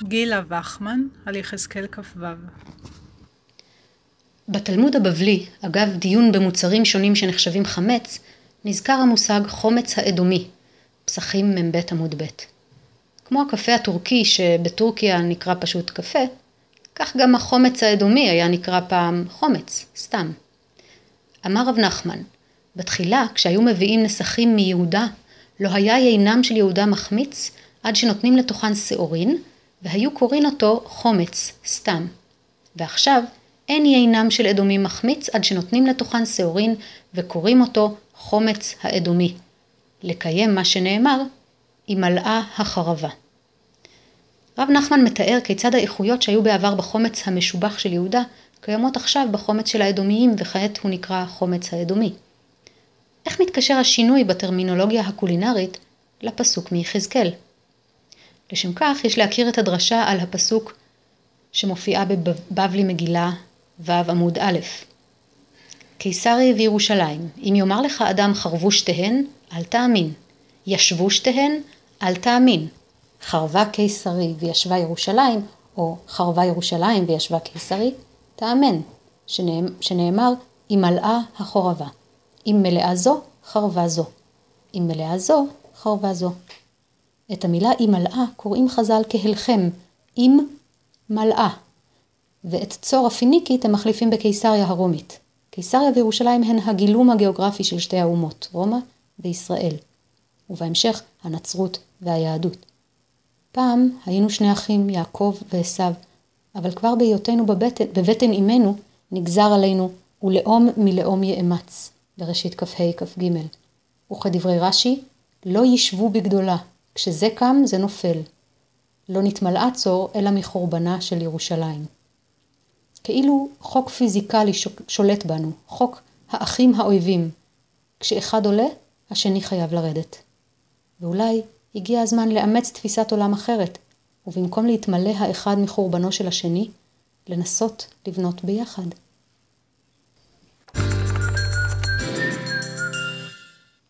גילה וחמן על יחזקאל כ"ו. בתלמוד הבבלי, אגב דיון במוצרים שונים שנחשבים חמץ, נזכר המושג חומץ האדומי, פסחים מ"ב עמוד ב'. כמו הקפה הטורקי שבטורקיה נקרא פשוט קפה, כך גם החומץ האדומי היה נקרא פעם חומץ, סתם. אמר רב נחמן, בתחילה כשהיו מביאים נסכים מיהודה, לא היה יינם של יהודה מחמיץ עד שנותנים לתוכן שעורין, והיו קוראים אותו חומץ, סתם. ועכשיו אין יינם של אדומי מחמיץ עד שנותנים לתוכן שעורין וקוראים אותו חומץ האדומי. לקיים מה שנאמר, היא מלאה החרבה. רב נחמן מתאר כיצד האיכויות שהיו בעבר בחומץ המשובח של יהודה, קיימות עכשיו בחומץ של האדומיים וכעת הוא נקרא חומץ האדומי. איך מתקשר השינוי בטרמינולוגיה הקולינרית לפסוק מיחזקאל? לשם כך יש להכיר את הדרשה על הפסוק שמופיעה בבבלי מגילה ו' עמוד א'. קיסרי וירושלים, אם יאמר לך אדם חרבו שתיהן, אל תאמין. ישבו שתיהן, אל תאמין. חרבה קיסרי וישבה ירושלים, או חרבה ירושלים וישבה קיסרי, תאמן, שנאמר, אם מלאה החורבה. אם מלאה זו, חרבה זו. אם מלאה זו, חרבה זו. את המילה אם מלאה קוראים חז"ל כהלחם, אם מלאה. ואת צור הפיניקית הם מחליפים בקיסריה הרומית. קיסריה וירושלים הן הגילום הגיאוגרפי של שתי האומות, רומא וישראל. ובהמשך הנצרות והיהדות. פעם היינו שני אחים, יעקב ועשיו, אבל כבר בהיותנו בבטן אמנו נגזר עלינו ולאום מלאום יאמץ, בראשית כ"ה כ"ג. וכדברי רש"י, לא ישבו בגדולה, כשזה קם זה נופל. לא נתמלאה צור אלא מחורבנה של ירושלים. כאילו חוק פיזיקלי שולט בנו, חוק האחים האויבים. כשאחד עולה, השני חייב לרדת. ואולי הגיע הזמן לאמץ תפיסת עולם אחרת, ובמקום להתמלא האחד מחורבנו של השני, לנסות לבנות ביחד.